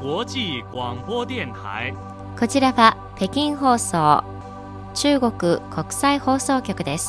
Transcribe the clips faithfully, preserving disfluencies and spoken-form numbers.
国際廣播電台。 こちらは北京放送、中国国際放送局です。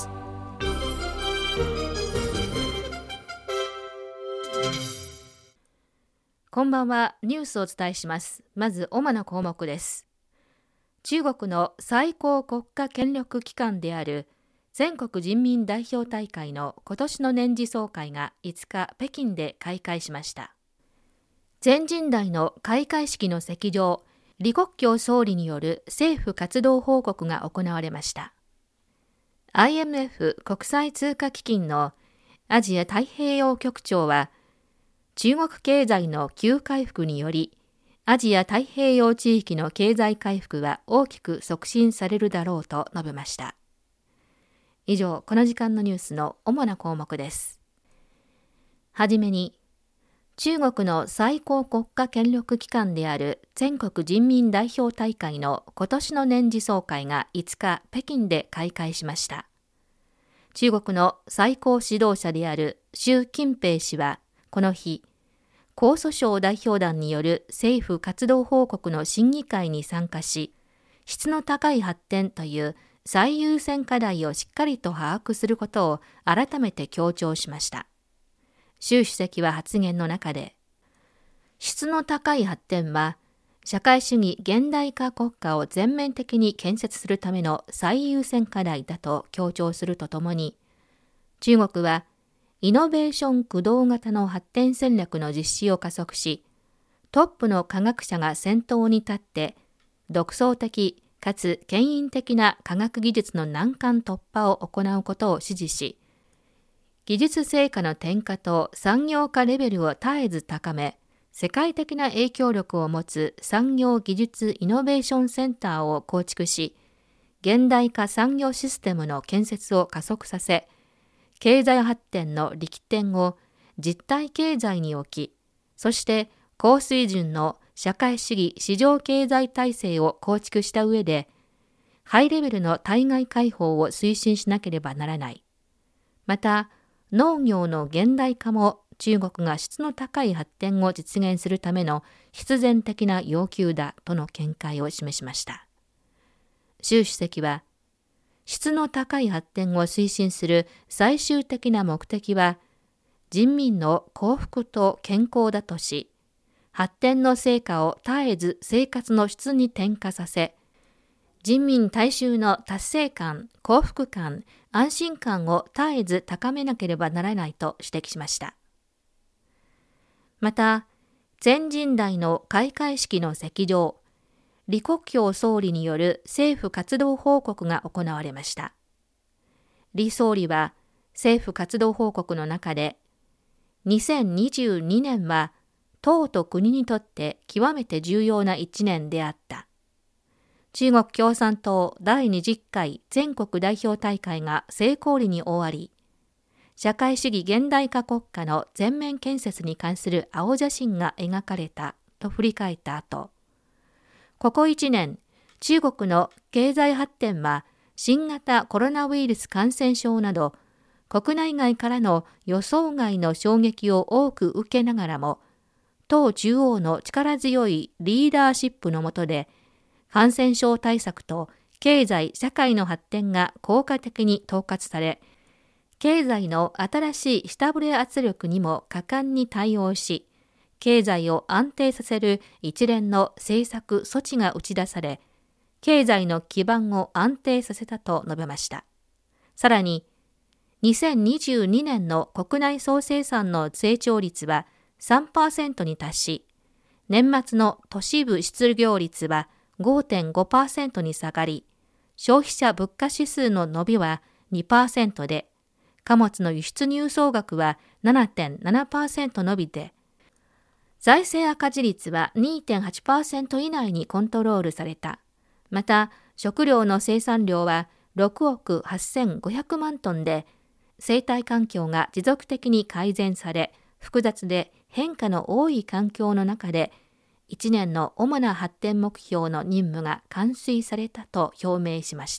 こんばんは。ニュースをお伝えします。まず主な項目です。中国の最高国家権力機関である全国人民代表大会の今年の年次総会がいつか北京で開会しました。全人代の開会式の席上、李克強総理による政府活動報告が行われました。アイエムエフ 国際通貨基金のアジア太平洋局長は、中国経済の急回復により、アジア太平洋地域の経済回復は大きく促進されるだろうと述べました。以上、この時間のニュースの主な項目です。はじめに、中国の最高国家権力機関である全国人民代表大会の今年の年次総会がいつか北京で開会しました。中国の最高指導者である習近平氏はこの日、江蘇省代表団による政府活動報告の審議会に参加し、質の高い発展という最優先課題をしっかりと把握することを改めて強調しました。習主席は発言の中で、質の高い発展は、社会主義現代化国家を全面的に建設するための最優先課題だと強調するとともに、中国はイノベーション駆動型の発展戦略の実施を加速し、トップの科学者が先頭に立って、独創的かつ牽引的な科学技術の難関突破を行うことを指示し、技術成果の転化と産業化レベルを絶えず高め、世界的な影響力を持つ産業技術イノベーションセンターを構築し、現代化産業システムの建設を加速させ、経済発展の力点を実体経済に置き、そして高水準の社会主義市場経済体制を構築した上で、ハイレベルの対外開放を推進しなければならない。また、農業の現代化も中国が質の高い発展を実現するための必然的な要求だとの見解を示しました。習主席は、質の高い発展を推進する最終的な目的は、人民の幸福と健康だとし、発展の成果を絶えず生活の質に転化させ、人民大衆の達成感、幸福感、安心感を絶えず高めなければならないと指摘しました。また、全人代の開会式の席上、李克強総理による政府活動報告が行われました。李総理は政府活動報告の中で、にせんにじゅうにねんは党と国にとって極めて重要ないちねんであった。中国共産党だいにじゅっかい全国代表大会が成功裏に終わり、社会主義現代化国家の全面建設に関する青写真が描かれたと振り返った後、ここいちねん、中国の経済発展は新型コロナウイルス感染症など国内外からの予想外の衝撃を多く受けながらも、党中央の力強いリーダーシップの下で、感染症対策と経済・社会の発展が効果的に統括され、経済の新しい下振れ圧力にも果敢に対応し、経済を安定させる一連の政策・措置が打ち出され、経済の基盤を安定させたと述べました。さらに、にせんにじゅうにねんの国内総生産の成長率は さんパーセント に達し、年末の都市部失業率は ごてんごパーセント に下がり、消費者物価指数の伸びは にパーセント で、貨物の輸出入総額は ななてんななパーセント 伸びて、財政赤字率は にてんはちパーセント 以内にコントロールされた。また、食料の生産量はろくおくはっせんごひゃくまんトンで、生態環境が持続的に改善され、複雑で変化の多い環境の中で、いちねんの主な発展目標の任務が完遂されたと表明しました。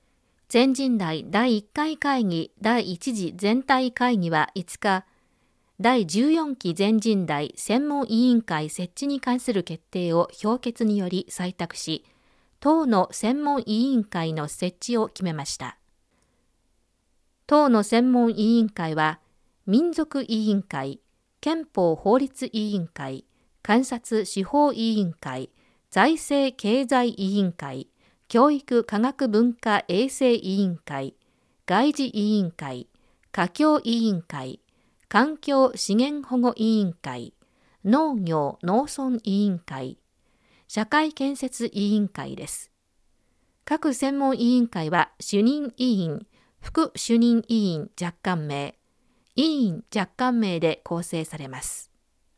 全人代だいいっかい会議第一次全体会議はいつか、 だいじゅうよんき全人代専門委員会設置に関する決定を評決により採択し、党の専門委員会の設置を決めました。党の専門委員会は、民族委員会、憲法法律委員会、監察司法委員会、財政経済委員会、教育科学文化衛生委員会、外事委員会、華僑委員会、環境資源保護委員会、農業農村委員会、社会建設委員会です。各専門委員会は主任委員、副主任委員若干名、委員若干名で構成されます。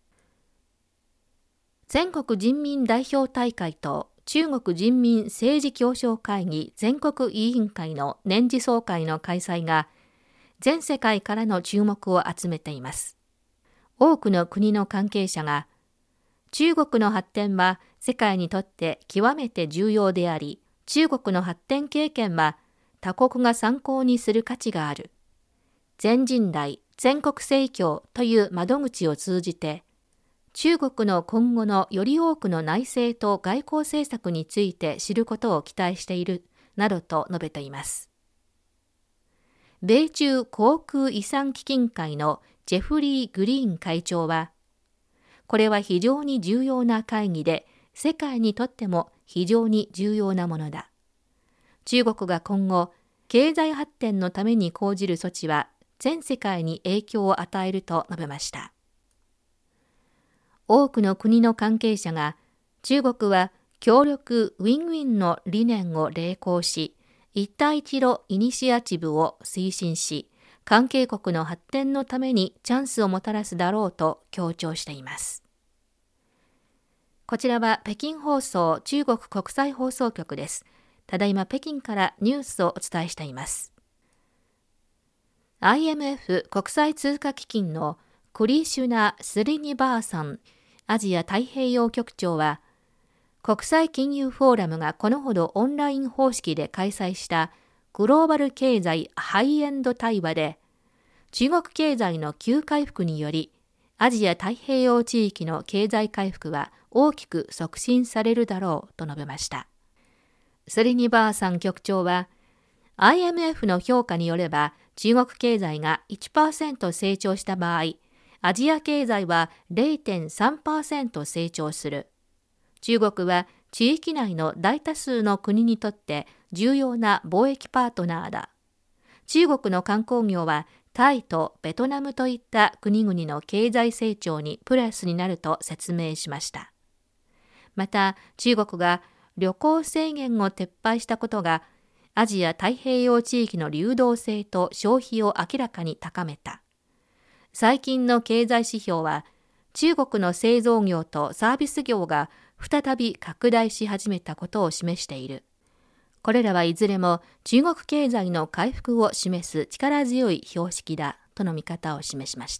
全国人民代表大会と中国人民政治協商会議全国委員会の年次総会の開催が全世界からの注目を集めています。多くの国の関係者が、中国の発展は世界にとって極めて重要であり、中国の発展経験は他国が参考にする価値がある。全人代・全国政協という窓口を通じて、中国の今後のより多くの内政と外交政策について知ることを期待している、などと述べています。米中航空遺産基金会のジェフリー・グリーン会長は、これは非常に重要な会議で、世界にとっても非常に重要なものだ。中国が今後、経済発展のために講じる措置は、全世界に影響を与えると述べました。多くの国の関係者が、中国は協力ウィンウィンの理念を励行し、一帯一路イニシアチブを推進し、関係国の発展のためにチャンスをもたらすだろうと強調しています。こちらは北京放送中国国際放送局です。ただいま北京からニュースをお伝えしています。アイエムエフ 国際通貨基金のクリシュナ・スリニバーサンアジア太平洋局長は、国際金融フォーラムがこのほどオンライン方式で開催したグローバル経済ハイエンド対話で、中国経済の急回復により、アジア太平洋地域の経済回復は大きく促進されるだろうと述べました。スリニバーサン局長は、アイエムエフ の評価によれば、中国経済が いちパーセント 成長した場合、アジア経済は れいてんさんパーセント 成長する。中国は地域内の大多数の国にとって重要な貿易パートナーだ。中国の観光業はタイとベトナムといった国々の経済成長にプラスになると説明しました。また、中国が旅行制限を撤廃したことがアジア太平洋地域の流動性と消費を明らかに高めた。最近の経済指標は中国の製造業とサービス業が再び拡大し始めたことを示している。これらはいずれも中国経済の回復を示す力強い標識だとの見方を示しました。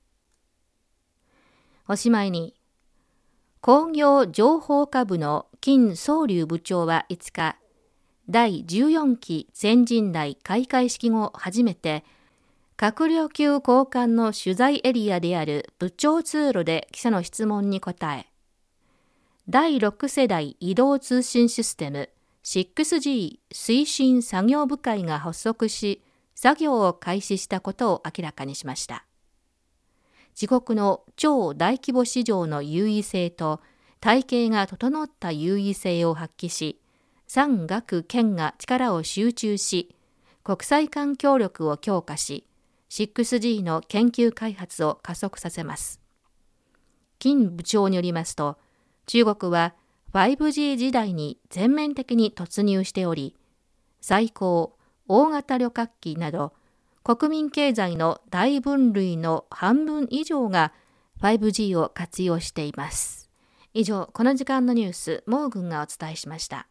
おしまいに、工業情報科部の金宗龍部長はいつか、だいじゅうよんき全人代開会式後初めて、閣僚級高官の取材エリアである部長通路で記者の質問に答え、だいろく世代移動通信システム シックスジー 推進作業部会が発足し、作業を開始したことを明らかにしました。自国の超大規模市場の優位性と体系が整った優位性を発揮し、産学研が力を集中し、国際間協力を強化し、シックスジー の研究開発を加速させます。金部長によりますと、中国は ファイブジー 時代に全面的に突入しており、最高、大型旅客機など国民経済の大分類の半分以上が ファイブジー を活用しています。以上、この時間のニュース、モーグンがお伝えしました。